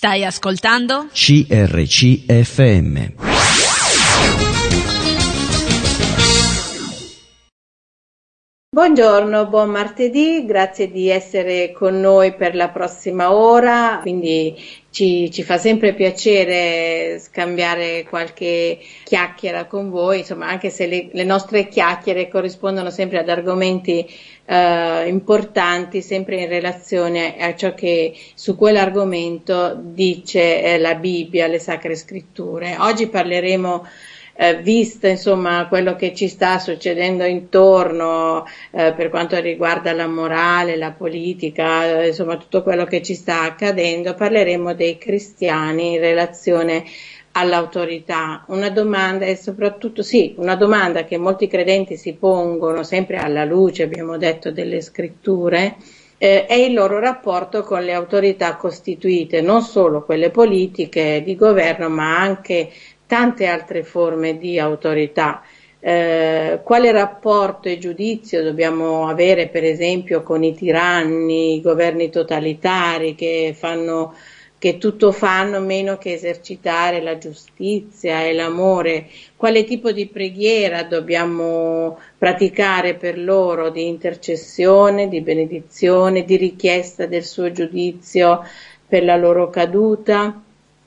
Stai ascoltando? CRC FM. Buongiorno, buon martedì, grazie di essere con noi per la prossima ora, quindi ci fa sempre piacere scambiare qualche chiacchiera con voi, insomma, anche se le nostre chiacchiere corrispondono sempre ad argomenti importanti, sempre in relazione a ciò che su quell'argomento dice la Bibbia, le Sacre Scritture. Oggi parleremo vista insomma quello che ci sta succedendo intorno per quanto riguarda la morale, la politica, insomma tutto quello che ci sta accadendo, parleremo dei cristiani in relazione all'autorità. Una domanda e soprattutto una domanda che molti credenti si pongono sempre alla luce, abbiamo detto, delle scritture, è il loro rapporto con le autorità costituite, non solo quelle politiche di governo, ma anche tante altre forme di autorità. Quale rapporto e giudizio dobbiamo avere, per esempio, con i tiranni, i governi totalitari che tutto fanno meno che esercitare la giustizia e l'amore? Quale tipo di preghiera dobbiamo praticare per loro, di intercessione, di benedizione, di richiesta del suo giudizio per la loro caduta?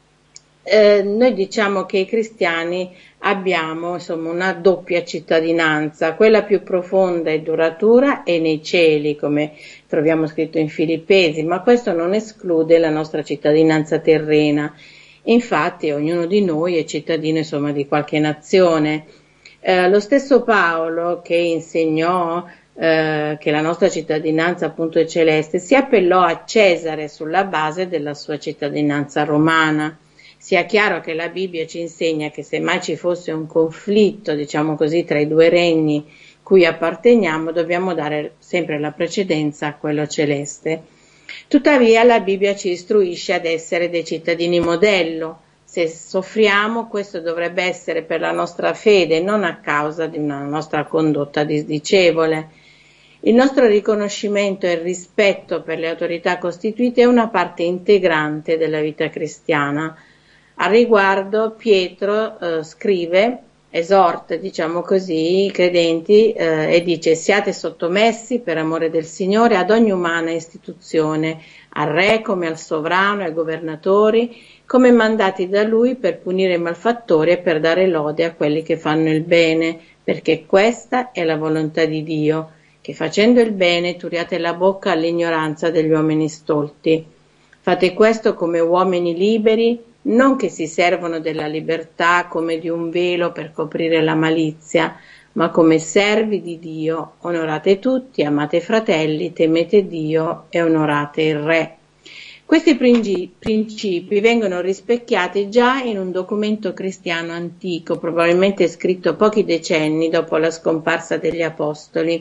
Noi diciamo che i cristiani abbiamo insomma una doppia cittadinanza, quella più profonda e duratura è nei cieli, come troviamo scritto in Filippesi, ma questo non esclude la nostra cittadinanza terrena. Infatti ognuno di noi è cittadino insomma di qualche nazione. Lo stesso Paolo, che insegnò che la nostra cittadinanza appunto è celeste, si appellò a Cesare sulla base della sua cittadinanza romana. Sia chiaro che la Bibbia ci insegna che se mai ci fosse un conflitto, diciamo così, tra i due regni cui apparteniamo, dobbiamo dare sempre la precedenza a quello celeste. Tuttavia la Bibbia ci istruisce ad essere dei cittadini modello. Se soffriamo, questo dovrebbe essere per la nostra fede, non a causa di una nostra condotta disdicevole. Il nostro riconoscimento e il rispetto per le autorità costituite è una parte integrante della vita cristiana. Al riguardo Pietro scrive, esorta, diciamo così, i credenti e dice: siate sottomessi per amore del Signore ad ogni umana istituzione, al re come al sovrano, ai governatori, come mandati da lui per punire i malfattori e per dare lode a quelli che fanno il bene, perché questa è la volontà di Dio, che facendo il bene turiate la bocca all'ignoranza degli uomini stolti. Fate questo come uomini liberi, non che si servono della libertà come di un velo per coprire la malizia, ma come servi di Dio. Onorate tutti, amate i fratelli, temete Dio e onorate il Re. Questi principi vengono rispecchiati già in un documento cristiano antico, probabilmente scritto pochi decenni dopo la scomparsa degli Apostoli.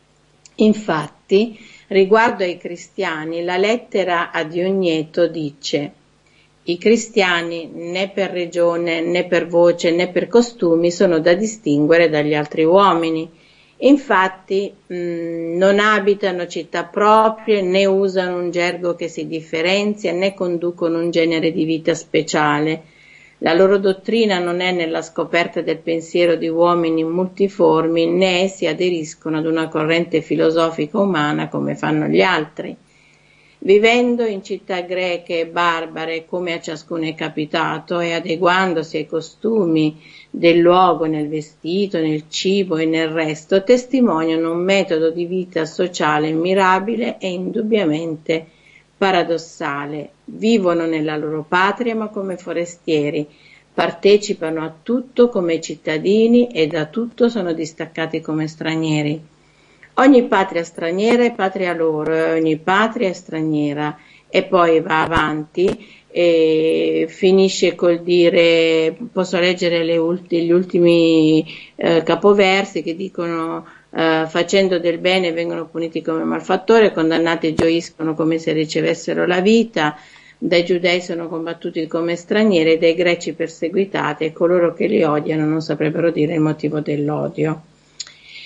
Infatti, riguardo ai cristiani, la lettera a Diogneto dice: i cristiani né per regione, né per voce, né per costumi sono da distinguere dagli altri uomini. Infatti non abitano città proprie, né usano un gergo che si differenzia, né conducono un genere di vita speciale. La loro dottrina non è nella scoperta del pensiero di uomini multiformi, né si aderiscono ad una corrente filosofica umana come fanno gli altri. Vivendo in città greche e barbare come a ciascuno è capitato e adeguandosi ai costumi del luogo nel vestito, nel cibo e nel resto, testimoniano un metodo di vita sociale mirabile e indubbiamente paradossale. Vivono nella loro patria ma come forestieri, partecipano a tutto come cittadini e da tutto sono distaccati come stranieri. Ogni patria straniera è patria loro e ogni patria è straniera. E poi va avanti e finisce col dire, posso leggere gli ultimi capoversi che dicono: facendo del bene vengono puniti come malfattori, condannati gioiscono come se ricevessero la vita, dai giudei sono combattuti come stranieri e dai greci perseguitati, e coloro che li odiano non saprebbero dire il motivo dell'odio.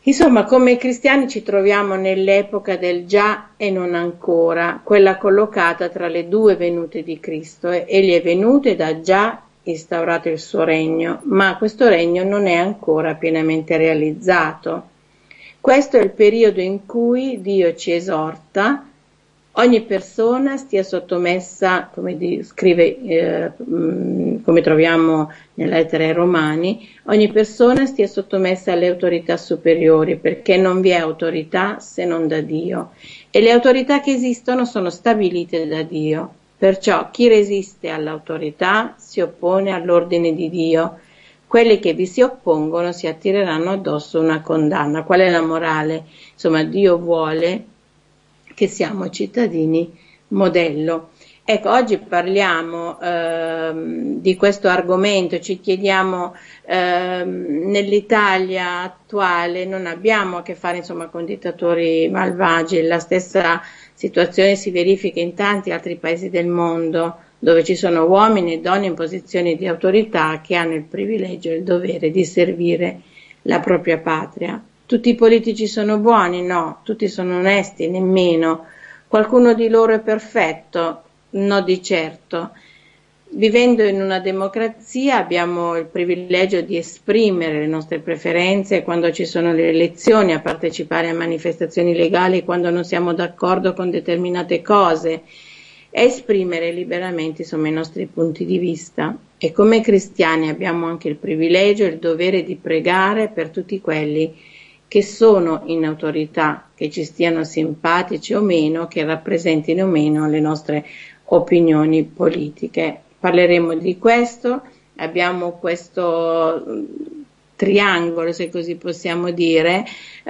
Insomma, come cristiani ci troviamo nell'epoca del già e non ancora, quella collocata tra le due venute di Cristo. Egli è venuto ed ha già instaurato il suo regno, ma questo regno non è ancora pienamente realizzato. Questo è il periodo in cui Dio ci esorta, ogni persona stia sottomessa, come scrive, come troviamo nella lettera ai Romani, ogni persona stia sottomessa alle autorità superiori, perché non vi è autorità se non da Dio. E le autorità che esistono sono stabilite da Dio. Perciò chi resiste all'autorità si oppone all'ordine di Dio. Quelli che vi si oppongono si attireranno addosso una condanna. Qual è la morale? Insomma, Dio vuole che siamo cittadini modello. Ecco, oggi parliamo di questo argomento, ci chiediamo, nell'Italia attuale non abbiamo a che fare insomma con dittatori malvagi, la stessa situazione si verifica in tanti altri paesi del mondo, dove ci sono uomini e donne in posizioni di autorità che hanno il privilegio e il dovere di servire la propria patria. Tutti i politici sono buoni? No. Tutti sono onesti? Nemmeno. Qualcuno di loro è perfetto? No, di certo. Vivendo in una democrazia abbiamo il privilegio di esprimere le nostre preferenze quando ci sono le elezioni, a partecipare a manifestazioni legali quando non siamo d'accordo con determinate cose, e esprimere liberamente insomma i nostri punti di vista. E come cristiani abbiamo anche il privilegio e il dovere di pregare per tutti quelli che sono in autorità, che ci stiano simpatici o meno, che rappresentino o meno le nostre opinioni politiche. Parleremo di questo, abbiamo questo triangolo, se così possiamo dire,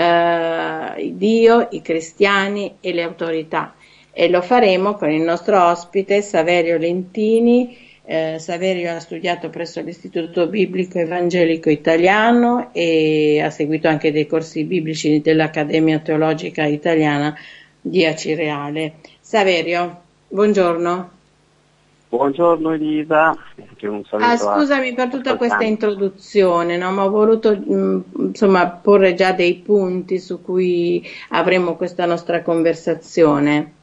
Dio, i cristiani e le autorità. E lo faremo con il nostro ospite Saverio Lentini. Saverio ha studiato presso l'Istituto Biblico Evangelico Italiano e ha seguito anche dei corsi biblici dell'Accademia Teologica Italiana di Acireale. Saverio, buongiorno. Buongiorno Elisa. Un saluto scusami per tutta questa introduzione, no? Ma ho voluto insomma porre già dei punti su cui avremo questa nostra conversazione.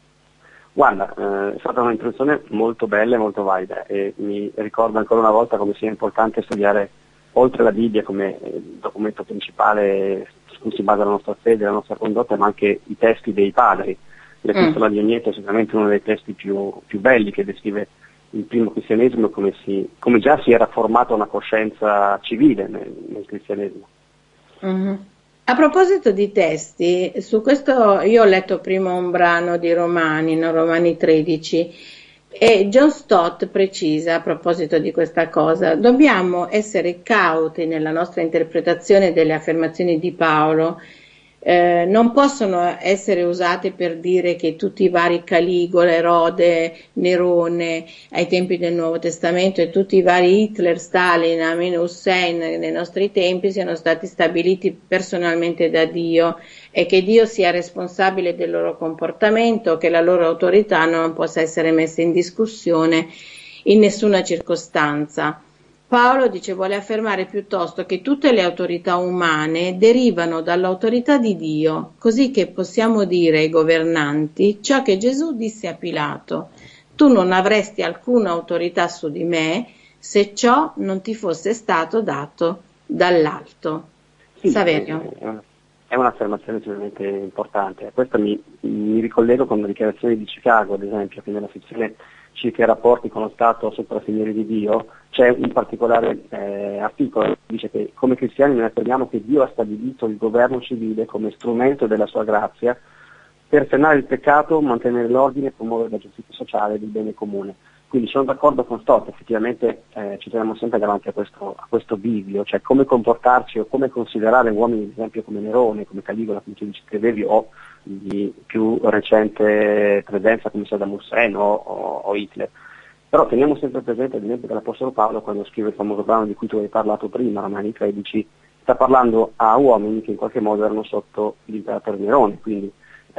Guarda, è stata un'introduzione molto bella e molto valida e mi ricordo ancora una volta come sia importante studiare oltre la Bibbia come documento principale su cui si basa la nostra fede, la nostra condotta, ma anche i testi dei padri. L'Epistola di Ogneto è sicuramente uno dei testi più belli che descrive il primo cristianesimo e come già si era formata una coscienza civile nel cristianesimo. Mm-hmm. A proposito di testi, su questo io ho letto prima un brano di Romani, no? Romani 13, e John Stott precisa a proposito di questa cosa: dobbiamo essere cauti nella nostra interpretazione delle affermazioni di Paolo. Non possono essere usate per dire che tutti i vari Caligola, Erode, Nerone ai tempi del Nuovo Testamento e tutti i vari Hitler, Stalin, Amin Hussein nei nostri tempi siano stati stabiliti personalmente da Dio e che Dio sia responsabile del loro comportamento, che la loro autorità non possa essere messa in discussione in nessuna circostanza. Paolo vuole affermare piuttosto che tutte le autorità umane derivano dall'autorità di Dio, così che possiamo dire ai governanti ciò che Gesù disse a Pilato: tu non avresti alcuna autorità su di me se ciò non ti fosse stato dato dall'alto. Sì, Saverio. È un'affermazione sicuramente importante. Questa mi ricollego con le dichiarazioni di Chicago, ad esempio, che nella sezione circa i rapporti con lo Stato sopraseniore di Dio c'è un particolare articolo che dice che come cristiani noi affermiamo che Dio ha stabilito il governo civile come strumento della sua grazia per frenare il peccato, mantenere l'ordine e promuovere la giustizia sociale e il bene comune. Quindi sono d'accordo con Stott, effettivamente ci troviamo sempre davanti a questo bivio, cioè come comportarci o come considerare uomini, ad esempio come Nerone, come Caligola, come tu scrivevi, o di più recente presenza come Saddam Hussein o Hitler. Però teniamo sempre presente, ad esempio, che l'Apostolo Paolo, quando scrive il famoso brano di cui tu hai parlato prima, Romani 13, sta parlando a uomini che in qualche modo erano sotto l'imperatore Nerone, quindi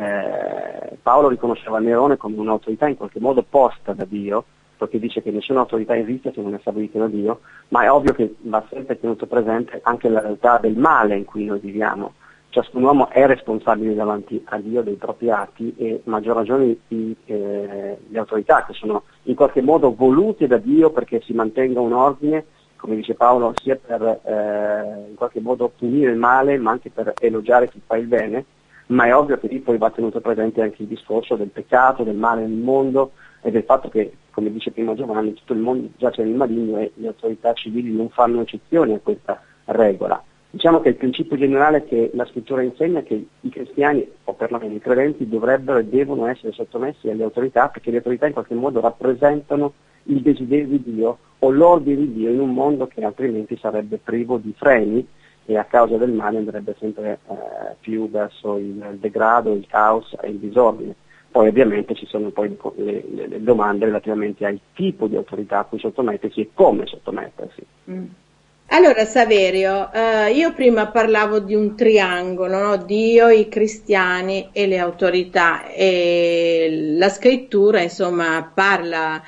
Paolo riconosceva Nerone come un'autorità in qualche modo posta da Dio, perché dice che nessuna autorità esiste se non è stabilita da Dio, ma è ovvio che va sempre tenuto presente anche la realtà del male in cui noi viviamo. ciascun uomo è responsabile davanti a Dio dei propri atti, e a maggior ragione le autorità, che sono in qualche modo volute da Dio perché si mantenga un ordine, come dice Paolo, sia per in qualche modo punire il male, ma anche per elogiare chi fa il bene. Ma è ovvio che lì poi va tenuto presente anche il discorso del peccato, del male nel mondo, e del fatto che, come dice prima Giovanni, tutto il mondo giace nel maligno e le autorità civili non fanno eccezione a questa regola. Diciamo che il principio generale che la scrittura insegna è che i cristiani, o perlomeno i credenti, dovrebbero e devono essere sottomessi alle autorità, perché le autorità in qualche modo rappresentano il desiderio di Dio o l'ordine di Dio in un mondo che altrimenti sarebbe privo di freni, e a causa del male andrebbe sempre più verso il degrado, il caos e il disordine. Poi ovviamente ci sono poi le domande relativamente al tipo di autorità a cui sottomettersi e come sottomettersi. Allora Saverio, io prima parlavo di un triangolo, no? Dio, i cristiani e le autorità, e la scrittura insomma parla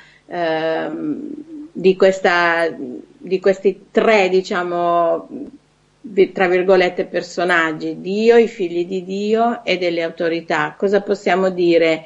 di questi tre, diciamo, tra virgolette, personaggi: Dio, i figli di Dio e delle autorità. Cosa possiamo dire?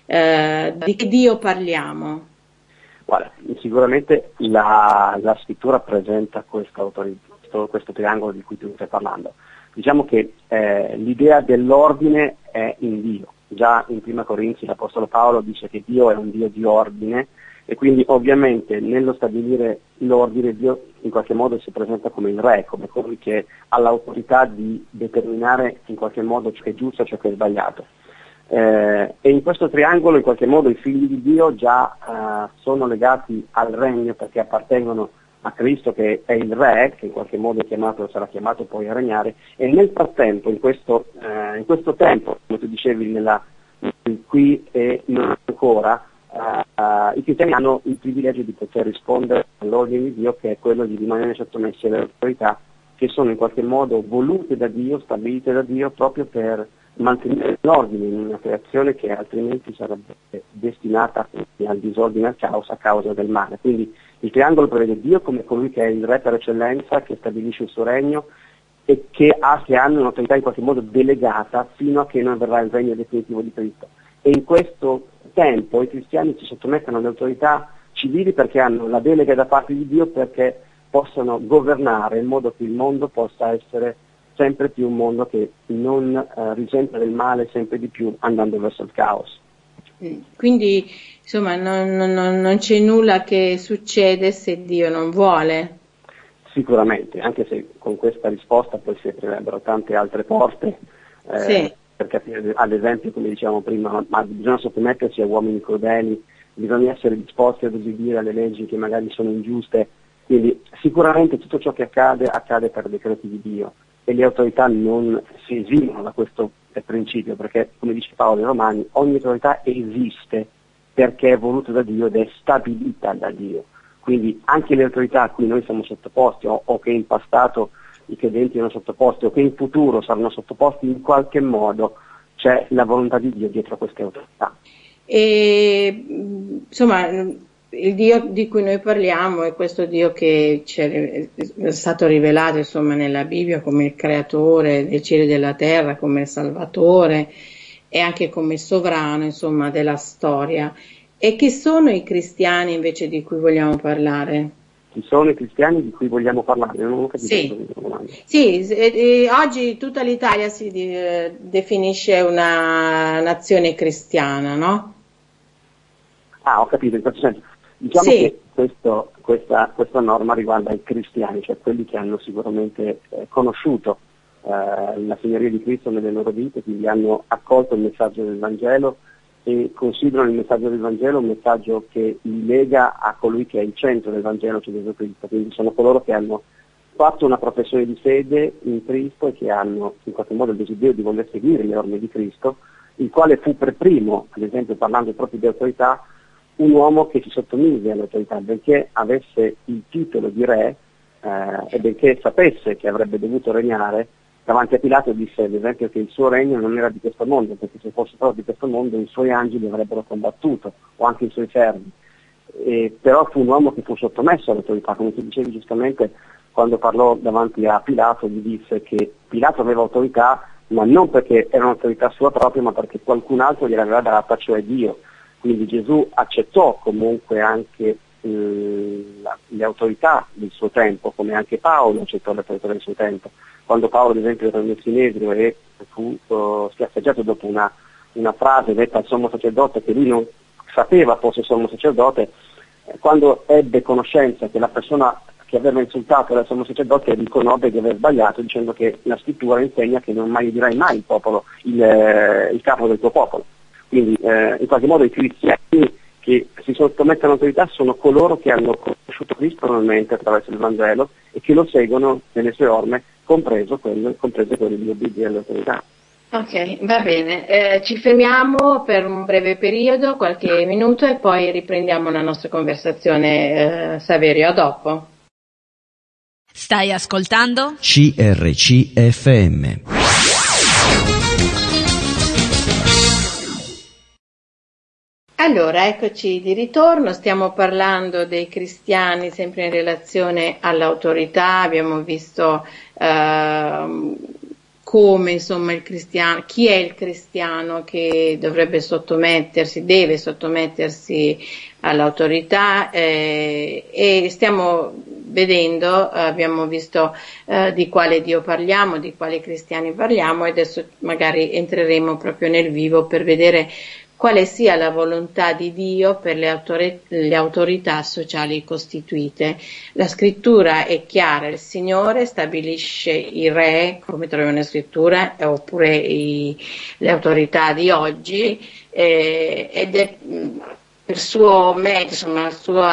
Di che Dio parliamo? Guarda, sicuramente la scrittura presenta questo triangolo di cui tu stai parlando. Diciamo che l'idea dell'ordine è in Dio. Già in Prima Corinzi l'Apostolo Paolo dice che Dio è un Dio di ordine, e quindi ovviamente nello stabilire l'ordine Dio in qualche modo si presenta come il re, come colui che ha l'autorità di determinare in qualche modo ciò che è giusto e ciò che è sbagliato. E in questo triangolo in qualche modo i figli di Dio già sono legati al regno, perché appartengono a Cristo, che è il re, che in qualche modo sarà chiamato poi a regnare, e nel frattempo, in questo tempo, come tu dicevi, nel qui e non ancora, i cristiani hanno il privilegio di poter rispondere all'ordine di Dio, che è quello di rimanere sottomessi alle autorità che sono in qualche modo volute da Dio, stabilite da Dio, proprio per mantenere l'ordine in una creazione che altrimenti sarebbe destinata al disordine, al caos a causa del male. Quindi il triangolo prevede Dio come colui che è il re per eccellenza, che stabilisce il suo regno e che hanno un'autorità in qualche modo delegata fino a che non verrà il regno definitivo di Cristo. E in questo tempo i cristiani si sottomettono alle autorità civili perché hanno la delega da parte di Dio, perché possano governare in modo che il mondo possa essere sempre più un mondo che non risente del male sempre di più, andando verso il caos. Quindi insomma non c'è nulla che succede se Dio non vuole. Sicuramente, anche se con questa risposta poi si aprirebbero tante altre porte, Sì. Per capire, ad esempio, come dicevamo prima, ma bisogna sottomettersi a uomini crudeli, bisogna essere disposti ad ubbidire alle leggi che magari sono ingiuste. Quindi sicuramente tutto ciò che accade per decreti di Dio, e le autorità non si esimono da questo principio, perché, come dice Paolo ai Romani, ogni autorità esiste perché è voluta da Dio ed è stabilita da Dio. Quindi anche le autorità a cui noi siamo sottoposti, o che in passato i credenti erano sottoposti, o che in futuro saranno sottoposti, in qualche modo c'è la volontà di Dio dietro a queste autorità. E insomma, il Dio di cui noi parliamo è questo Dio che ci è stato rivelato insomma nella Bibbia come il creatore del cielo e della terra, come il salvatore e anche come sovrano insomma della storia. E chi sono i cristiani invece di cui vogliamo parlare? Chi sono i cristiani di cui vogliamo parlare? Non ho capito. Sì, oggi tutta l'Italia si definisce una nazione cristiana, no? Ah, ho capito, in questo senso. Diciamo che questa norma riguarda i cristiani, cioè quelli che hanno sicuramente conosciuto la signoria di Cristo nelle loro vite, quindi hanno accolto il messaggio del Vangelo e considerano il messaggio del Vangelo un messaggio che li lega a colui che è il centro del Vangelo, cioè Gesù Cristo. Quindi sono coloro che hanno fatto una professione di fede in Cristo e che hanno in qualche modo il desiderio di voler seguire le orme di Cristo, il quale fu per primo, ad esempio parlando proprio di autorità, un uomo che si sottomise all'autorità, benché avesse il titolo di re e benché sapesse che avrebbe dovuto regnare. Davanti a Pilato disse ad esempio che il suo regno non era di questo mondo, perché se fosse stato di questo mondo i suoi angeli avrebbero combattuto, o anche i suoi servi. Però fu un uomo che fu sottomesso all'autorità, come tu dicevi giustamente, quando parlò davanti a Pilato gli disse che Pilato aveva autorità, ma non perché era un'autorità sua propria, ma perché qualcun altro gliel'aveva data, cioè Dio. Quindi Gesù accettò comunque anche le autorità del suo tempo, come anche Paolo accettò le autorità del suo tempo. Quando Paolo ad esempio era nel Sinedrio e fu schiaffeggiato dopo una frase detta al sommo sacerdote che lui non sapeva fosse sommo sacerdote, quando ebbe conoscenza che la persona che aveva insultato era il sommo sacerdote, riconobbe di aver sbagliato dicendo che la scrittura insegna che non maledirai mai il popolo, il capo del tuo popolo. Quindi in qualche modo i cristiani che si sottomettono all'autorità sono coloro che hanno conosciuto Cristo normalmente attraverso il Vangelo e che lo seguono nelle sue orme, comprese quelle di obbedire all'autorità. Ok, va bene. Ci fermiamo per un breve periodo, qualche minuto, e poi riprendiamo la nostra conversazione. Saverio, a dopo. Stai ascoltando? CRCFM. Allora, eccoci di ritorno, stiamo parlando dei cristiani sempre in relazione all'autorità, abbiamo visto come insomma il cristiano, chi è il cristiano che deve sottomettersi all'autorità e stiamo vedendo, abbiamo visto di quale Dio parliamo, di quali cristiani parliamo e adesso magari entreremo proprio nel vivo per vedere quale sia la volontà di Dio per le autorità sociali costituite. La scrittura è chiara, il Signore stabilisce i re, come troviamo nella scrittura, oppure le autorità di oggi, ed è per suo mezzo, insomma,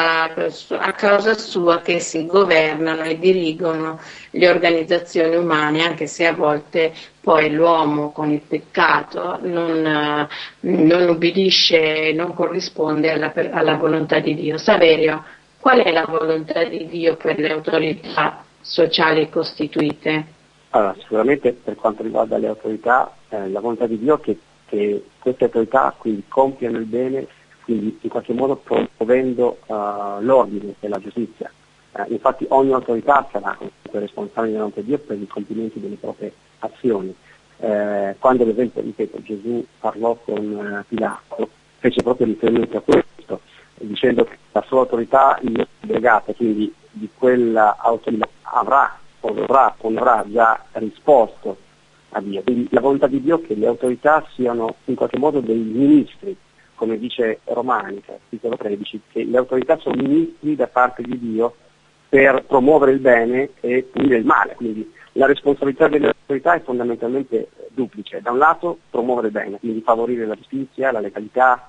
a causa sua che si governano e dirigono le organizzazioni umane, anche se a volte poi l'uomo con il peccato non ubbidisce, non corrisponde alla volontà di Dio. Saverio, qual è la volontà di Dio per le autorità sociali costituite? Allora, sicuramente per quanto riguarda le autorità, la volontà di Dio è che queste autorità quindi compiano il bene, quindi in qualche modo promuovendo l'ordine e la giustizia. Infatti ogni autorità sarà responsabile davanti a Dio per i compimenti delle proprie azioni. Quando ad esempio, ripeto, Gesù parlò con Pilato, fece proprio riferimento a questo, dicendo che la sua autorità gli è delegata, quindi di quella autorità avrà o dovrà o non avrà già risposto a Dio. Quindi la volontà di Dio è che le autorità siano in qualche modo dei ministri, come dice Romani, articolo 13, che le autorità sono ministri da parte di Dio per promuovere il bene e punire il male. Quindi la responsabilità delle autorità è fondamentalmente duplice. Da un lato promuovere il bene, quindi favorire la giustizia, la legalità,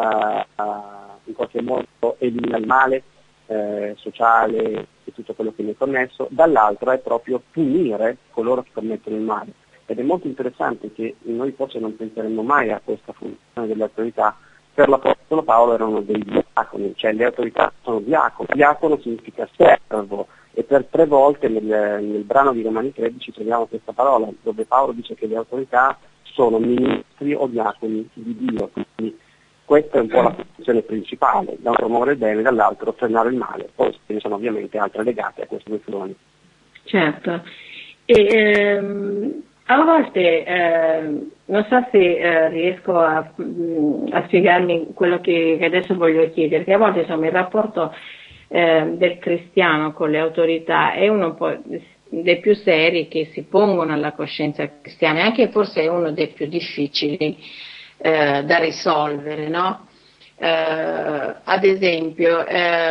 in qualche modo eliminare il male sociale e tutto quello che ne è connesso, dall'altro è proprio punire coloro che commettono il male. Ed è molto interessante che noi forse non penseremmo mai a questa funzione delle autorità. Per l'Apostolo Paolo erano dei diaconi, cioè le autorità sono diaconi. Diacono significa servo e per 3 volte nel brano di Romani 13 troviamo questa parola dove Paolo dice che le autorità sono ministri o diaconi di Dio. Quindi questa è un po' la funzione principale, da un promuovere il bene, dall'altro frenare il male. Poi ce ne sono ovviamente altre legate a questi due filoni. Certo. A volte non so se riesco a spiegarmi quello che adesso voglio chiedere, che a volte insomma il rapporto del cristiano con le autorità è uno un po' dei più seri che si pongono alla coscienza cristiana, e anche forse è uno dei più difficili da risolvere, no? Ad esempio,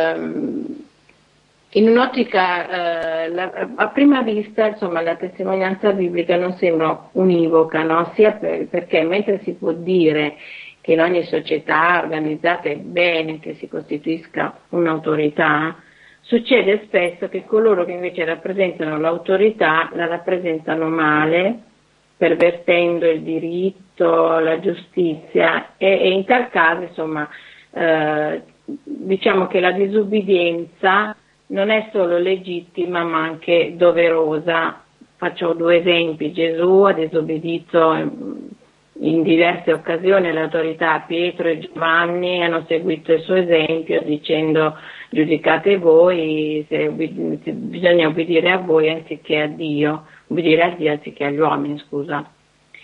in un'ottica, a prima vista, insomma, la testimonianza biblica non sembra univoca, no? Sia perché mentre si può dire che in ogni società organizzata è bene che si costituisca un'autorità, succede spesso che coloro che invece rappresentano l'autorità la rappresentano male, pervertendo il diritto, la giustizia e in tal caso, insomma, diciamo che la disubbidienza non è solo legittima ma anche doverosa. Faccio 2 esempi. Gesù ha disobbedito in diverse occasioni alle autorità. Pietro e Giovanni hanno seguito il suo esempio dicendo: giudicate voi, bisogna obbedire a voi anziché a Dio, obbedire a Dio anziché agli uomini, scusa.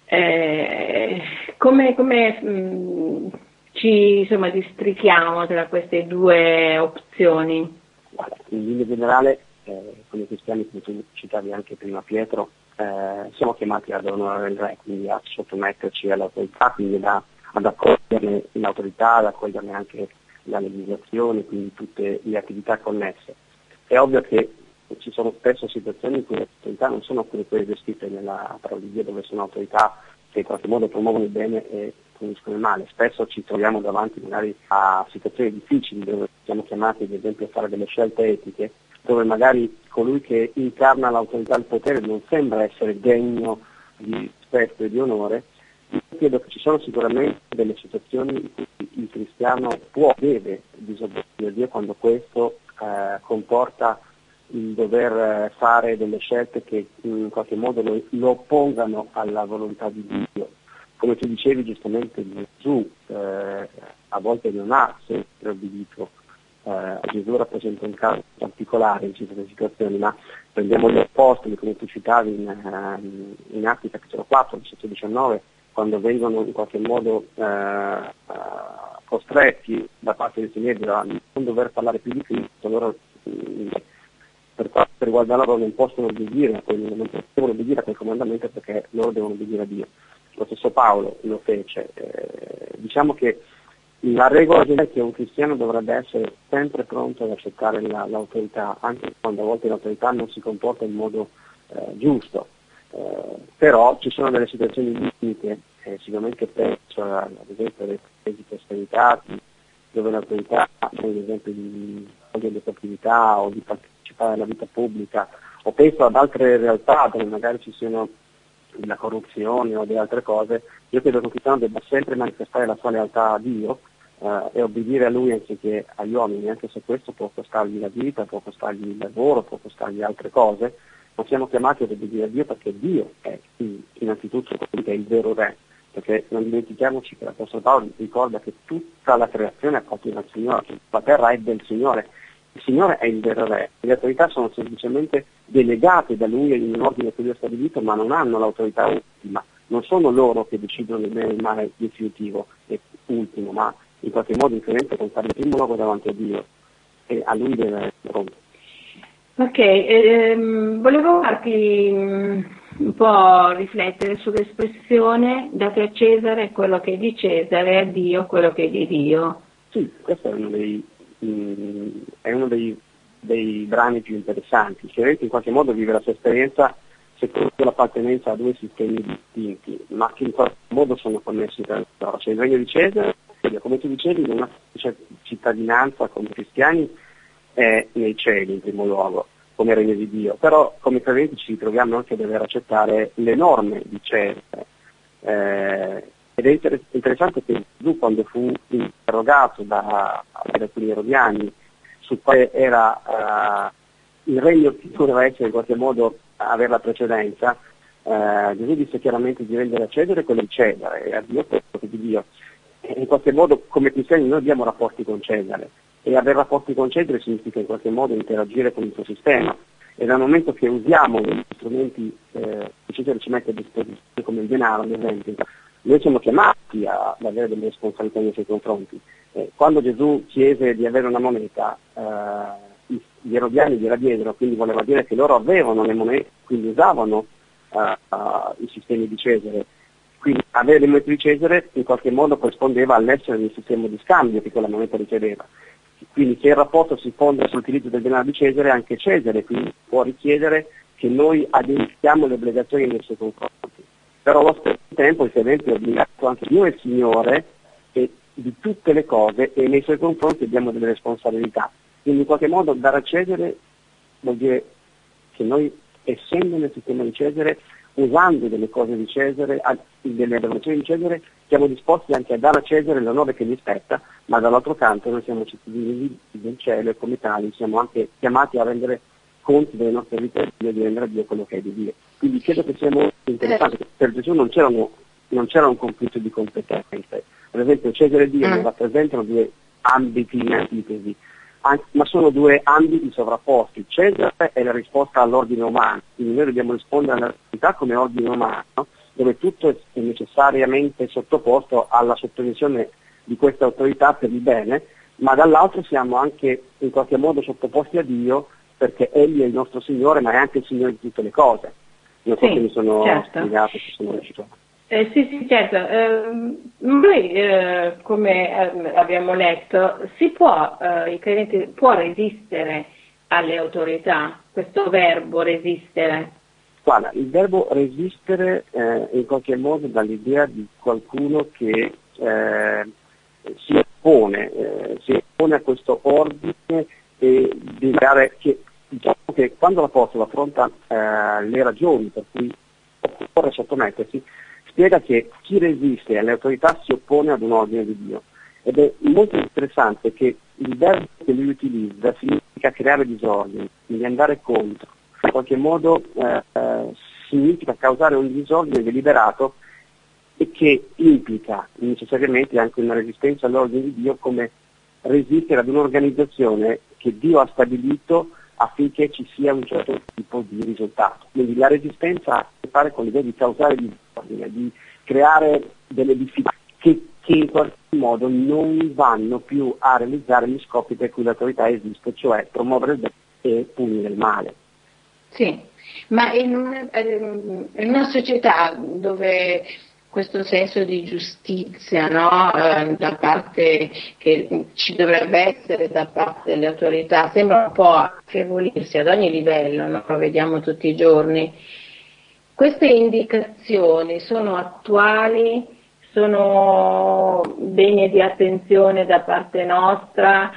come ci districhiamo tra queste due opzioni? Guarda, in linea generale, come cristiani, come tu citavi anche prima Pietro, siamo chiamati ad onorare il Re, quindi a sottometterci all'autorità, quindi ad accoglierne l'autorità, ad accoglierne anche la legislazione, quindi tutte le attività connesse. È ovvio che ci sono spesso situazioni in cui le autorità non sono quelle descritte nella parola di Dio, dove sono autorità che in qualche modo promuovono il bene e puniscono il male. Spesso ci troviamo davanti magari a situazioni difficili dove siamo chiamati ad esempio a fare delle scelte etiche, dove magari colui che incarna l'autorità e il potere non sembra essere degno di rispetto e di onore. Io credo che ci sono sicuramente delle situazioni in cui il cristiano deve disobbedire a Dio quando questo comporta il dover fare delle scelte che in qualche modo lo oppongano alla volontà di Dio. Come tu dicevi giustamente, Gesù a volte non ha sempre obbedito. Gesù rappresenta un caso particolare in certe situazioni, ma prendiamo gli apostoli, come tu citavi in Atti capitolo 4, versetto 19, quando vengono in qualche modo costretti da parte dei Signori a non dover parlare più di Cristo, loro per quanto riguarda loro non possono obbedire a quel comandamento perché loro devono obbedire a Dio. Lo stesso Paolo lo fece. Diciamo che la regola è che un cristiano dovrebbe essere sempre pronto ad accettare l'autorità, anche quando a volte l'autorità non si comporta in modo giusto. Però ci sono delle situazioni limite, sicuramente penso ad esempio alle paesi prosperitati, dove l'autorità, ad esempio di togliere le attività o di partecipare alla vita pubblica, o penso ad altre realtà dove magari ci siano la corruzione o di altre cose. Io credo che un cristiano debba sempre manifestare la sua lealtà a Dio e obbedire a Lui anziché agli uomini, anche se questo può costargli la vita, può costargli il lavoro, può costargli altre cose. Non siamo chiamati ad obbedire a Dio perché Dio è innanzitutto colui che è il vero Re, perché non dimentichiamoci che l'Apostolo Paolo ricorda che tutta la creazione appartiene al Signore, che la terra è del Signore. Il Signore è il vero Re, le autorità sono semplicemente delegate da Lui in un ordine che Lui ha stabilito, ma non hanno l'autorità ultima, non sono loro che decidono il bene e il male definitivo e ultimo, ma in qualche modo il credente può stare in primo luogo davanti a Dio e a Lui deve essere pronto. Ok, volevo farti un po' riflettere sull'espressione date a Cesare quello che è di Cesare, a Dio quello che è di Dio. Sì, questo è uno dei brani più interessanti. Il credente in qualche modo vive la sua esperienza secondo l'appartenenza a due sistemi distinti, ma che in qualche modo sono connessi tra loro. C'è il regno di Cesare, come tu dicevi, non ha cittadinanza come cristiani è nei cieli in primo luogo, come regno di Dio, però come credenti ci ritroviamo anche a dover accettare le norme di Cesare. Ed è interessante che Gesù, quando fu interrogato da alcuni erodiani su quale era il regno che doveva essere in qualche modo avere la precedenza, Gesù disse chiaramente di rendere a Cesare quello di Cesare e a Dio quello di Dio. E in qualche modo come cristiani noi abbiamo rapporti con Cesare, e avere rapporti con Cesare significa in qualche modo interagire con il suo sistema, e dal momento che usiamo gli strumenti che Cesare ci mette a disposizione come il denaro ad esempio, noi siamo chiamati ad avere delle responsabilità nei suoi confronti. Quando Gesù chiese di avere una moneta, gli erodiani gliela diedero, quindi voleva dire che loro avevano le monete, quindi usavano i sistemi di Cesare. Quindi avere le monete di Cesare in qualche modo corrispondeva all'essere nel sistema di scambio che quella moneta riceveva. Quindi se il rapporto si fonda sull'utilizzo del denaro di Cesare, anche Cesare quindi può richiedere che noi adempiamo le obbligazioni nei suoi confronti. Però allo stesso tempo il credente è obbligato anche Dio è il Signore e di tutte le cose, e nei suoi confronti abbiamo delle responsabilità. Quindi in qualche modo dare a Cesare vuol dire che noi, essendo nel sistema di Cesare, usando delle cose di Cesare, delle adorazioni di Cesare, siamo disposti anche a dare a Cesare l'onore che gli spetta, ma dall'altro canto noi siamo cittadini del cielo e come tali siamo anche chiamati a rendere conti delle nostre vite e di rendere a Dio quello che è di Dio. Quindi credo che sia molto interessante. Per Gesù non c'era un conflitto di competenze. Per esempio Cesare e Dio non rappresentano due ambiti in antitesi, ma sono due ambiti sovrapposti. Cesare è la risposta all'ordine umano, quindi noi dobbiamo rispondere alla realtà come ordine umano, dove tutto è necessariamente sottoposto alla sottomissione di queste autorità per il bene, ma dall'altro siamo anche in qualche modo sottoposti a Dio, perché Egli è il nostro Signore, ma è anche il Signore di tutte le cose. Non so se mi sono spiegato, se sono riuscito. Sì, certo. Noi, come abbiamo letto, il credente può resistere alle autorità, questo verbo resistere. Guarda, il verbo resistere in qualche modo dall'idea di qualcuno che si oppone a questo ordine e di creare, diciamo che quando l'Apostolo affronta le ragioni per cui occorre sottomettersi, spiega che chi resiste alle autorità si oppone ad un ordine di Dio. Ed è molto interessante che il verbo che lui utilizza significa creare disordine, quindi andare contro. In qualche modo significa causare un disordine deliberato e che implica necessariamente anche una resistenza all'ordine di Dio, come resistere ad un'organizzazione che Dio ha stabilito affinché ci sia un certo tipo di risultato. Quindi la resistenza ha a che fare con l'idea di causare disordine, di creare delle difficoltà che in qualche modo non vanno più a realizzare gli scopi per cui l'autorità esiste, cioè promuovere il bene e punire il male. Sì, ma in una società dove questo senso di giustizia, no, da parte che ci dovrebbe essere da parte delle autorità, sembra un po' affievolirsi ad ogni livello, no? Lo vediamo tutti i giorni. Queste indicazioni sono attuali, sono degne di attenzione da parte nostra,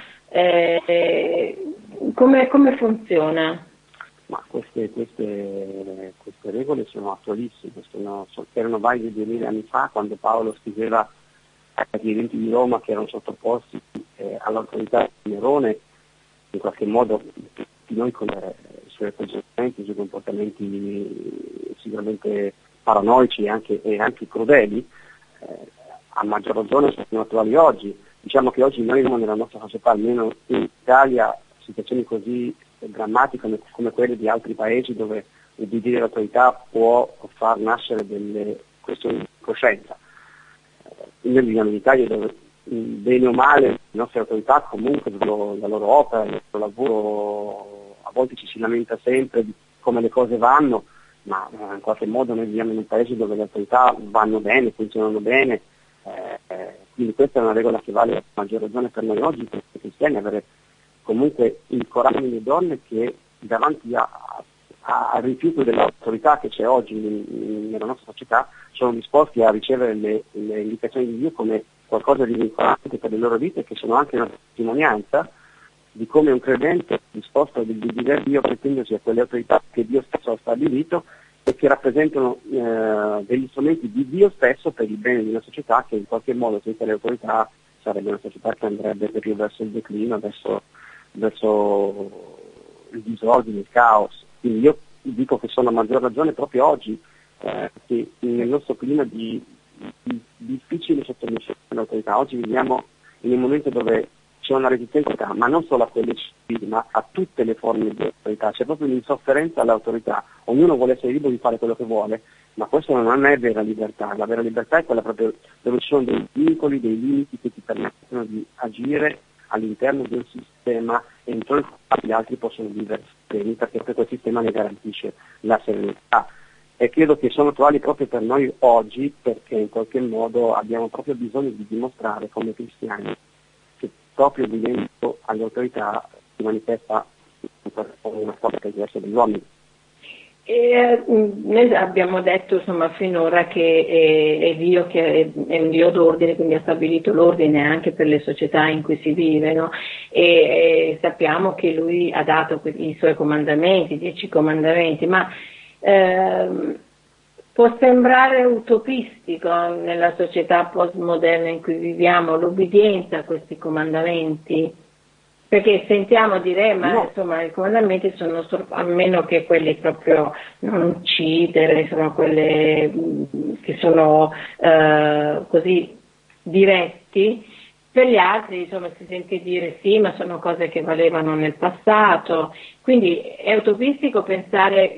come funziona? Ma queste regole sono attualissime, erano valide 2000 anni fa, quando Paolo scriveva ai residenti di Roma che erano sottoposti all'autorità di Nerone. In qualche modo tutti noi con i suoi atteggiamenti, i suoi comportamenti sicuramente paranoici e anche crudeli, a maggior ragione sono attuali oggi. Diciamo che oggi noi nella nostra società, almeno in Italia, situazioni così drammatiche come quelle di altri paesi dove obbedire all'autorità può far nascere delle questioni di coscienza. Noi viviamo in Italia dove bene o male le nostre autorità comunque la loro opera, il loro lavoro, a volte ci si lamenta sempre di come le cose vanno, ma in qualche modo noi viviamo in un paese dove le autorità vanno bene, funzionano bene, quindi questa è una regola che vale a maggior ragione per noi oggi, per i cristiani, avere comunque il coraggio delle donne che davanti al rifiuto dell'autorità che c'è oggi nella nostra società sono disposti a ricevere le indicazioni di Dio come qualcosa di vincolante per le loro vite, che sono anche una testimonianza di come un credente è disposto a obbedire a Dio pretendendosi a quelle autorità che Dio stesso ha stabilito e che rappresentano degli strumenti di Dio stesso per il bene di una società che in qualche modo senza le autorità sarebbe una società che andrebbe più verso il declino, verso il disordine, il caos. Quindi io dico che sono a maggior ragione proprio oggi che nel nostro clima di difficile sottomissione all'autorità. Oggi viviamo in un momento dove c'è una resistenza, ma non solo a quelle civili, ma a tutte le forme di autorità. C'è proprio un'insofferenza all'autorità. Ognuno vuole essere libero di fare quello che vuole, ma questo non è vera libertà. La vera libertà è quella proprio dove ci sono dei vincoli, dei limiti che ti permettono di agire all'interno di un sistema entro il quale gli altri possono vivere bene, perché quel sistema ne garantisce la serenità. E credo che sono attuali proprio per noi oggi, perché in qualche modo abbiamo proprio bisogno di dimostrare come cristiani che proprio vivendo alle autorità si manifesta una storia che è diversa dagli uomini. Noi abbiamo detto insomma finora che è Dio che è un Dio d'ordine, quindi ha stabilito l'ordine anche per le società in cui si vive, no? E sappiamo che Lui ha dato i Suoi comandamenti, 10 comandamenti, ma può sembrare utopistico nella società postmoderna in cui viviamo l'obbedienza a questi comandamenti, perché sentiamo dire ma no. Insomma i comandamenti sono a meno che quelli proprio non uccidere, insomma quelle che sono così diretti. Per gli altri insomma si sente dire sì, ma sono cose che valevano nel passato, quindi è utopistico pensare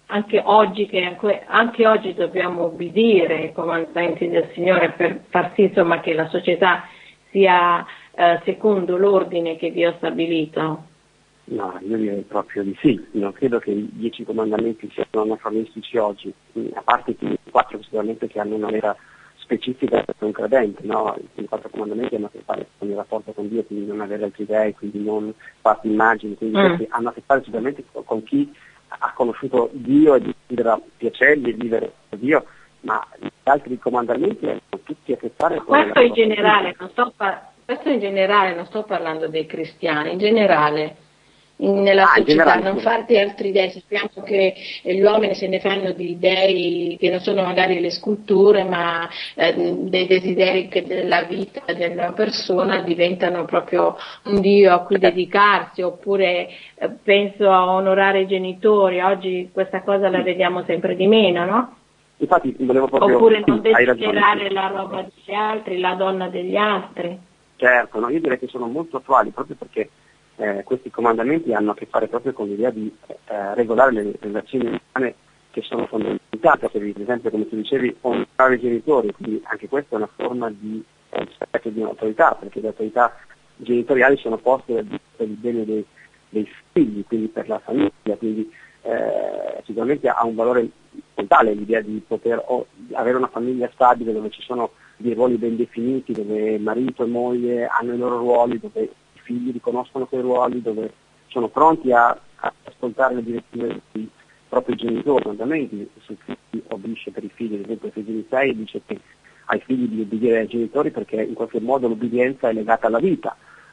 anche oggi, anche oggi dobbiamo obbedire ai comandamenti del Signore per far sì, insomma, che la società sia secondo l'ordine che Dio ha stabilito? No, io direi proprio di sì. Non credo che i 10 comandamenti siano anacronistici oggi, a parte i 4 sicuramente che hanno una vera specifica per un credente, no? I 4 comandamenti hanno a che fare con il rapporto con Dio, quindi non avere altri dei, quindi non farti immagini, quindi questi hanno a che fare sicuramente con chi ha conosciuto Dio e desidera piacergli e vivere per Dio, ma gli altri comandamenti hanno tutti a che fare con questo in generale, questo in generale, non sto parlando dei cristiani, in generale. Nella società, non farti altri dei. Sappiamo che gli uomini se ne fanno di dei che non sono magari le sculture, ma dei desideri che della vita della persona diventano proprio un Dio a cui dedicarsi, oppure penso a onorare i genitori. Oggi questa cosa la vediamo sempre di meno, no? Infatti volevo proprio... Oppure non desiderare la roba degli altri, la donna degli altri. Certo, no, io direi che sono molto attuali proprio perché questi comandamenti hanno a che fare proprio con l'idea di regolare le relazioni umane che sono fondamentali, per esempio come tu dicevi onorare i genitori, quindi anche questa è una forma di rispetto di un'autorità, perché le autorità genitoriali sono poste per il bene dei figli, quindi per la famiglia, quindi sicuramente ha un valore fondamentale l'idea di poter avere una famiglia stabile dove ci sono dei ruoli ben definiti, dove marito e moglie hanno i loro ruoli, dove figli riconoscono quei ruoli, dove sono pronti a ascoltare le direttive dei propri genitori, comandamenti su chi obbedisce per i figli, ad esempio Efesini 6 dice che ai figli di obbedire ai genitori perché in qualche modo l'obbedienza è legata alla vita,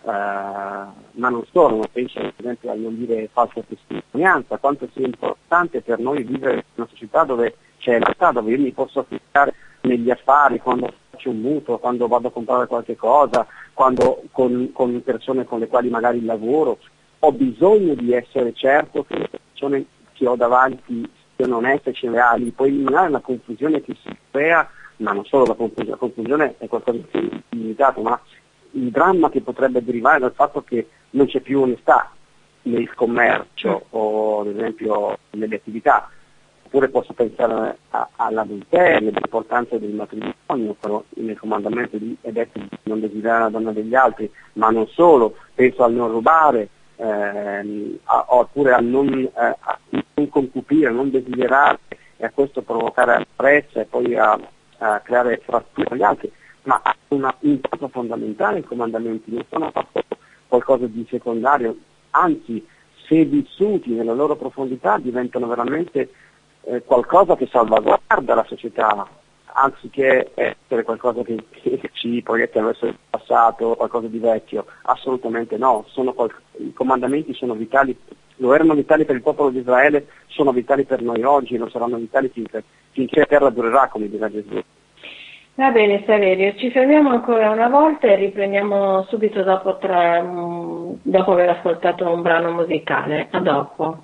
ma non solo, ma penso ad esempio a non dire falsa testimonianza, quanto sia importante per noi vivere in una società dove c'è la realtà, dove io mi posso applicare negli affari, quando faccio un mutuo, quando vado a comprare qualche cosa, quando con persone con le quali magari lavoro, ho bisogno di essere certo che le persone che ho davanti siano oneste e leali, puoi eliminare la confusione che si crea, ma non solo la confusione è qualcosa di limitato, ma il dramma che potrebbe derivare dal fatto che non c'è più onestà nel commercio o ad esempio nelle attività. Oppure posso pensare all'adulterio, all'importanza del matrimonio, però nel comandamento è detto di non desiderare la donna degli altri, ma non solo, penso al non rubare, oppure a non concupire, a non desiderare e a questo provocare apprezzo e poi a creare fratture con gli altri, ma ha un impatto fondamentale i comandamenti, non sono qualcosa di secondario, anzi se vissuti nella loro profondità diventano veramente qualcosa che salvaguarda la società, anziché essere qualcosa che ci proietta verso il passato, qualcosa di vecchio. Assolutamente no, i comandamenti sono vitali, lo erano vitali per il popolo di Israele, sono vitali per noi oggi, lo saranno vitali finché la terra durerà, come dirà Gesù. Va bene Saverio, ci fermiamo ancora una volta e riprendiamo subito dopo aver ascoltato un brano musicale. A dopo.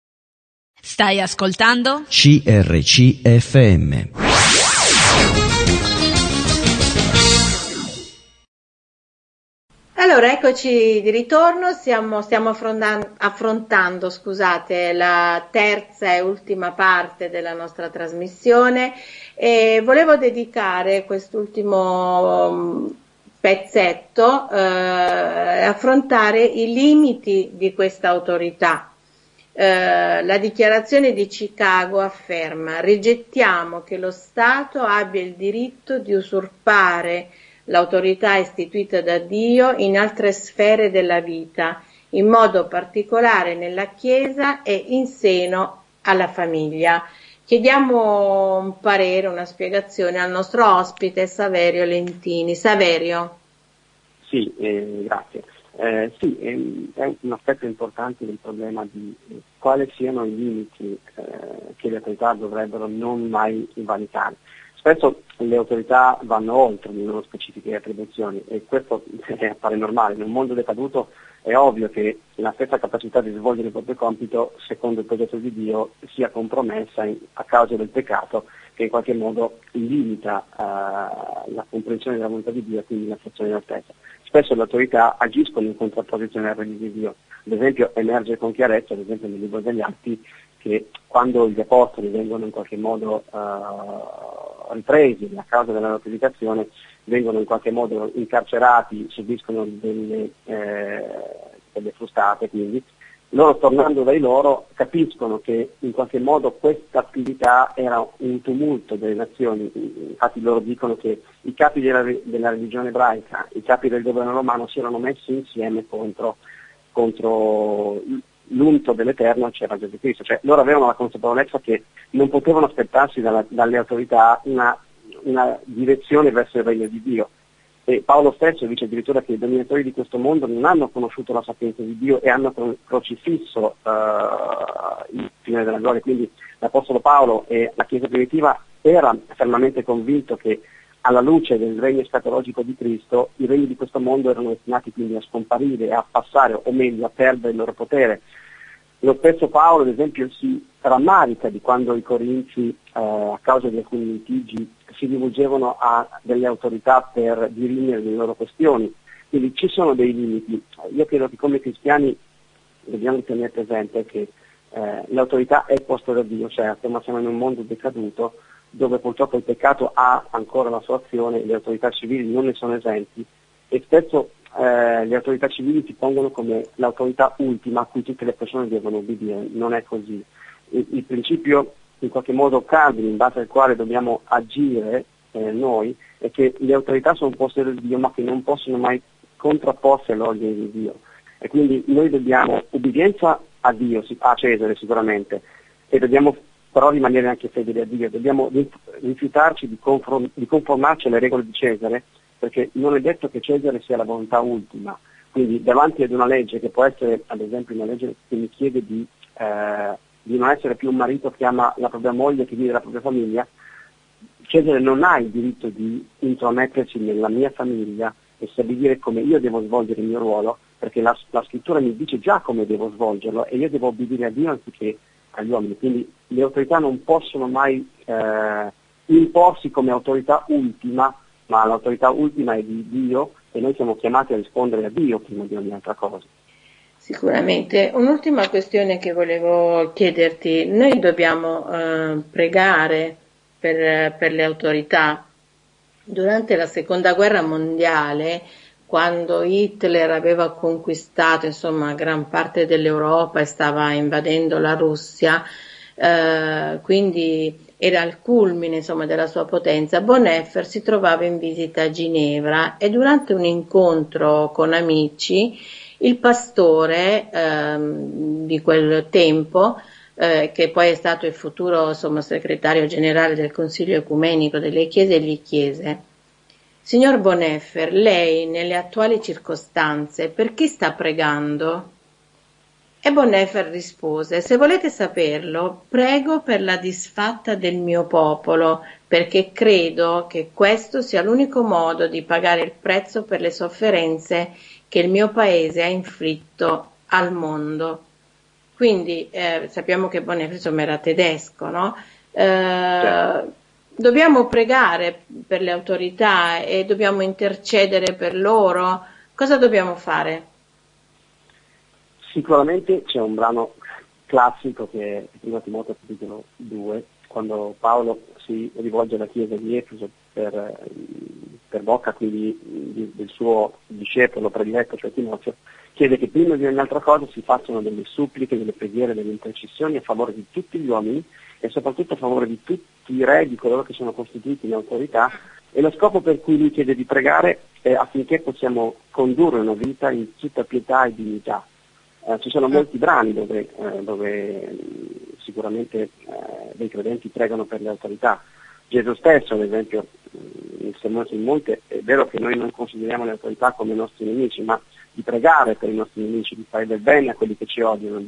Stai ascoltando? CRCFM. Allora, eccoci di ritorno, stiamo affrontando, la terza e ultima parte della nostra trasmissione e volevo dedicare quest'ultimo pezzetto a affrontare i limiti di questa autorità. La dichiarazione di Chicago afferma: rigettiamo che lo Stato abbia il diritto di usurpare l'autorità istituita da Dio in altre sfere della vita, in modo particolare nella Chiesa e in seno alla famiglia. Chiediamo un parere, una spiegazione al nostro ospite Saverio Lentini. Saverio. Sì, grazie. Sì, è un aspetto importante del problema di quali siano i limiti che le autorità dovrebbero non mai invalidare. Spesso le autorità vanno oltre le loro specifiche attribuzioni e questo appare normale. In un mondo decaduto è ovvio che la stessa capacità di svolgere il proprio compito secondo il progetto di Dio sia compromessa a causa del peccato che in qualche modo limita la comprensione della volontà di Dio e quindi l'attuazione della stessa. Spesso le autorità agiscono in contrapposizione al regno di Dio. Ad esempio emerge con chiarezza, ad esempio nel libro degli Atti, che quando gli apostoli vengono in qualche modo ripresi a causa della notificazione, vengono in qualche modo incarcerati, subiscono delle frustate, quindi loro tornando dai loro capiscono che in qualche modo questa attività era un tumulto delle nazioni. Infatti loro dicono che i capi della religione ebraica, i capi del governo romano si erano messi insieme contro l'unto dell'Eterno, c'era Gesù Cristo. Cioè loro avevano la consapevolezza che non potevano aspettarsi dalle autorità una direzione verso il regno di Dio. E Paolo stesso dice addirittura che i dominatori di questo mondo non hanno conosciuto la sapienza di Dio e hanno crocifisso il Signore della gloria. Quindi l'Apostolo Paolo e la Chiesa primitiva era fermamente convinto che alla luce del regno escatologico di Cristo i regni di questo mondo erano destinati quindi a scomparire, a passare, o meglio a perdere il loro potere. Lo stesso Paolo, ad esempio, si rammarica di quando i Corinzi, a causa di alcuni litigi, si rivolgevano a delle autorità per dirimere le loro questioni. Quindi ci sono dei limiti. Io credo che come cristiani dobbiamo tenere presente che l'autorità è posta da Dio, certo, ma siamo in un mondo decaduto dove purtroppo il peccato ha ancora la sua azione, le autorità civili non ne sono esenti e spesso le autorità civili si pongono come l'autorità ultima a cui tutte le persone devono obbedire. Non è così. Il principio in qualche modo cardine in base al quale dobbiamo agire noi è che le autorità sono poste da Dio ma che non possono mai contrapporsi all'ordine di Dio, e quindi noi dobbiamo obbedienza a Dio, a Cesare sicuramente, e dobbiamo però rimanere anche fedeli a Dio, dobbiamo rifiutarci di conformarci alle regole di Cesare, perché non è detto che Cesare sia la volontà ultima. Quindi davanti ad una legge che può essere ad esempio una legge che mi chiede di non essere più un marito che ama la propria moglie, che vive la propria famiglia, Cesare non ha il diritto di intromettersi nella mia famiglia e stabilire come io devo svolgere il mio ruolo, perché la scrittura mi dice già come devo svolgerlo e io devo obbedire a Dio anziché agli uomini. Quindi le autorità non possono mai imporsi come autorità ultima, ma l'autorità ultima è di Dio e noi siamo chiamati a rispondere a Dio prima di ogni altra cosa. Sicuramente. Un'ultima questione che volevo chiederti: noi dobbiamo pregare per le autorità. Durante la Seconda Guerra Mondiale, quando Hitler aveva conquistato insomma gran parte dell'Europa e stava invadendo la Russia, quindi era al culmine insomma della sua potenza, Bonhoeffer si trovava in visita a Ginevra e durante un incontro con amici il pastore di quel tempo, che poi è stato il futuro insomma segretario generale del Consiglio Ecumenico delle Chiese, gli chiese: Signor Bonhoeffer, lei nelle attuali circostanze per chi sta pregando? E Bonhoeffer rispose: se volete saperlo, prego per la disfatta del mio popolo, perché credo che questo sia l'unico modo di pagare il prezzo per le sofferenze che il mio paese ha inflitto al mondo. Quindi sappiamo che Bonhoeffer insomma era tedesco, no? Certo. Dobbiamo pregare per le autorità e dobbiamo intercedere per loro. Cosa dobbiamo fare? Sicuramente c'è un brano classico che è Primo Timoteo capitolo 2, quando Paolo si rivolge alla chiesa di Efeso per bocca quindi del suo discepolo prediletto, cioè Timoteo, chiede che prima di ogni altra cosa si facciano delle suppliche, delle preghiere, delle intercessioni a favore di tutti gli uomini e soprattutto a favore di tutti i re, di coloro che sono costituiti in autorità, e lo scopo per cui lui chiede di pregare è affinché possiamo condurre una vita in tutta pietà e dignità. Ci sono molti brani dove sicuramente dei credenti pregano per le autorità. Gesù stesso, ad esempio, nel Sermone sul Monte, è vero che noi non consideriamo le autorità come i nostri nemici, ma di pregare per i nostri nemici, di fare del bene a quelli che ci odiano,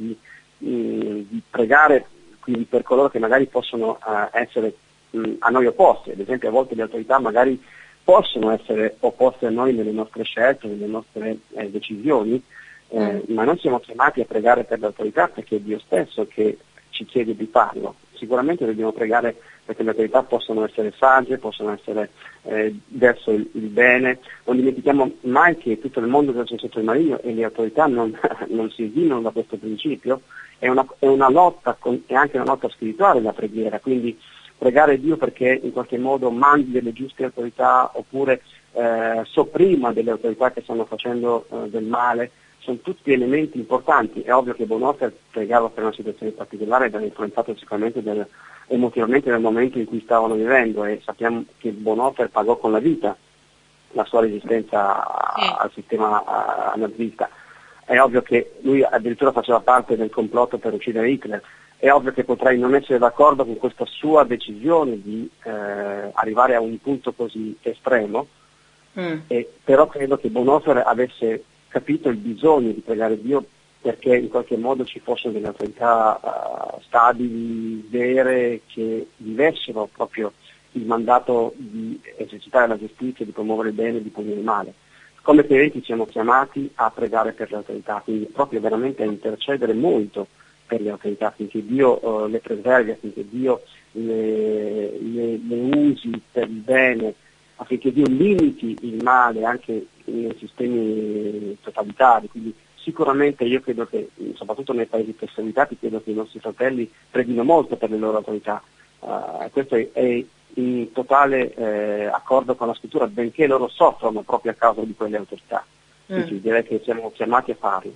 di pregare quindi per coloro che magari possono essere a noi opposti. Ad esempio, a volte le autorità magari possono essere opposte a noi nelle nostre scelte, nelle nostre decisioni, ma noi siamo chiamati a pregare per l'autorità perché è Dio stesso che ci chiede di farlo. Sicuramente dobbiamo pregare perché le autorità possono essere sagge, possono essere verso il bene. Non dimentichiamo mai che tutto il mondo del sottomarino e le autorità non si esimano da questo principio. È una lotta, è anche una lotta spirituale la preghiera, quindi pregare Dio perché in qualche modo mandi delle giuste autorità oppure sopprima delle autorità che stanno facendo del male, sono tutti elementi importanti. È ovvio che Bonhoeffer pregava per una situazione particolare ed era influenzato sicuramente emotivamente dal momento in cui stavano vivendo, e sappiamo che Bonhoeffer pagò con la vita la sua resistenza al sistema nazista. È ovvio che lui addirittura faceva parte del complotto per uccidere Hitler. È ovvio che potrei non essere d'accordo con questa sua decisione di arrivare a un punto così estremo, però credo che Bonhoeffer avesse capito il bisogno di pregare Dio perché in qualche modo ci fossero delle autorità stabili, vere, che vivessero proprio il mandato di esercitare la giustizia, di promuovere il bene e di punire il male. Come credenti siamo chiamati a pregare per le autorità, quindi proprio veramente a intercedere molto per le autorità affinché Dio le preservi, affinché Dio le usi per il bene, affinché Dio limiti il male anche nei sistemi totalitari. Quindi sicuramente io credo che, soprattutto nei paesi perseguitati, credo che i nostri fratelli preghino molto per le loro autorità. Questo è in totale accordo con la scrittura, benché loro soffrono proprio a causa di quelle autorità. Quindi direi che siamo chiamati a farlo.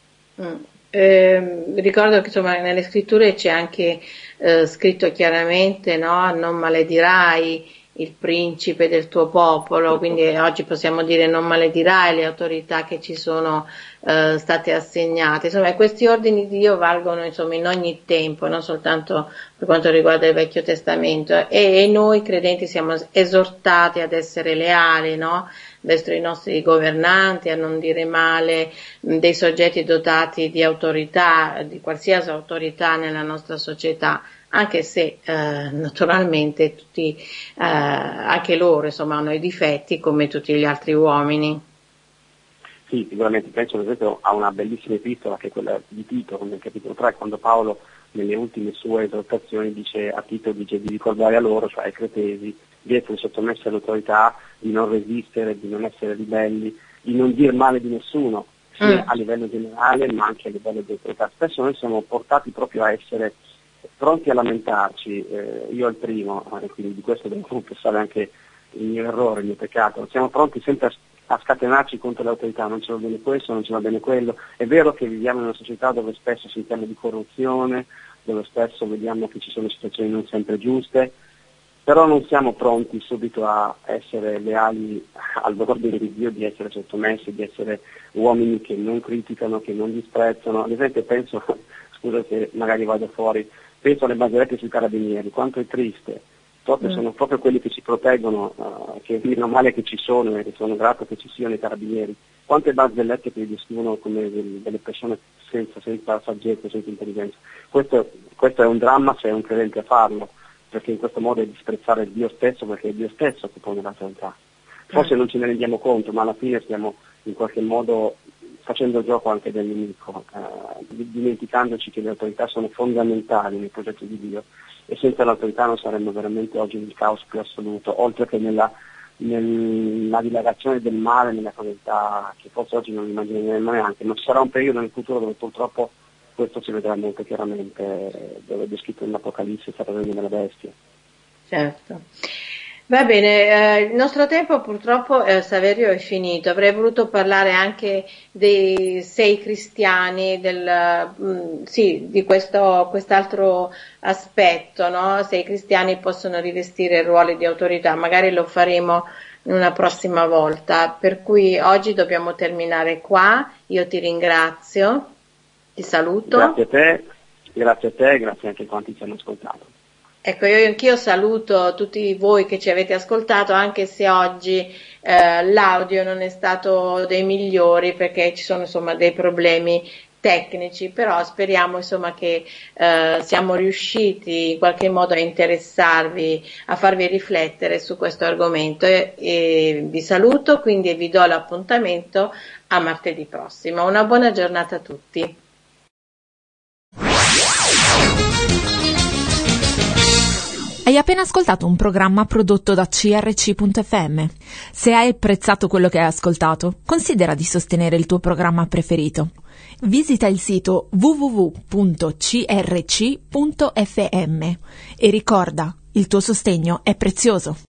Ricordo che insomma nelle scritture c'è anche scritto chiaramente, no? Non maledirai il principe del tuo popolo, quindi oggi possiamo dire non maledirai le autorità che ci sono state assegnate. Insomma, questi ordini di Dio valgono insomma in ogni tempo, non soltanto per quanto riguarda il Vecchio Testamento, e noi credenti siamo esortati ad essere leali, no? Verso i nostri governanti, a non dire male dei soggetti dotati di autorità, di qualsiasi autorità nella nostra società, anche se naturalmente tutti, anche loro insomma hanno i difetti come tutti gli altri uomini. Sì, sicuramente. Penso per esempio a una bellissima epistola che è quella di Tito, nel capitolo 3, quando Paolo nelle ultime sue esortazioni dice a Tito di ricordare a loro, cioè ai cretesi, di essere sottomessi all'autorità, di non resistere, di non essere ribelli, di non dire male di nessuno, sia a livello generale ma anche a livello di autorità. Spesso noi siamo portati proprio a essere pronti a lamentarci, io il primo, e quindi di questo devo confessare anche il mio errore, il mio peccato. Siamo pronti sempre a scatenarci contro le autorità, non ci va bene questo, non ci va bene quello. È vero che viviamo in una società dove spesso sentiamo di corruzione, dove spesso vediamo che ci sono situazioni non sempre giuste, però non siamo pronti subito a essere leali all'ordine di Dio, di essere sottomessi, di essere uomini che non criticano, che non disprezzano. Ad esempio penso, scusa se magari vado fuori, penso alle barzellette sui carabinieri, quanto è triste. Sono proprio quelli che ci proteggono, che meno male che ci sono e sono grato che ci siano i carabinieri. Quante barzellette che li descrivono come delle persone senza saggezza, senza intelligenza. Questo è un dramma se è un credente a farlo, perché in questo modo è disprezzare Dio stesso, perché è Dio stesso che pone l'autorità. Forse non ce ne rendiamo conto, ma alla fine stiamo in qualche modo facendo gioco anche del nemico, dimenticandoci che le autorità sono fondamentali nel progetto di Dio, e senza l'autorità non saremmo veramente oggi nel caos più assoluto, oltre che nella dilagazione del male, nella crudeltà che forse oggi non immagineremo neanche. Ma ci sarà un periodo nel futuro dove purtroppo questo si vedrà molto chiaramente, dove è descritto nell'Apocalisse il regno della bestia. Certo. Va bene, il nostro tempo purtroppo, Saverio, è finito. Avrei voluto parlare anche dei 6 cristiani, di quest'altro aspetto, no? Se i cristiani possono rivestire ruoli di autorità, magari lo faremo in una prossima volta. Per cui oggi dobbiamo terminare qua. Io ti ringrazio, ti saluto. Grazie a te, grazie anche a quanti ci hanno ascoltato. Ecco, anch'io saluto tutti voi che ci avete ascoltato, anche se oggi l'audio non è stato dei migliori perché ci sono insomma dei problemi tecnici, però speriamo insomma che siamo riusciti in qualche modo a interessarvi, a farvi riflettere su questo argomento, e vi saluto quindi e vi do l'appuntamento a martedì prossimo. Una buona giornata a tutti. Hai Hai appena ascoltato un programma prodotto da CRC.fm. Se hai apprezzato quello che hai ascoltato, considera di sostenere il tuo programma preferito. Visita il sito www.crc.fm e ricorda, il tuo sostegno è prezioso.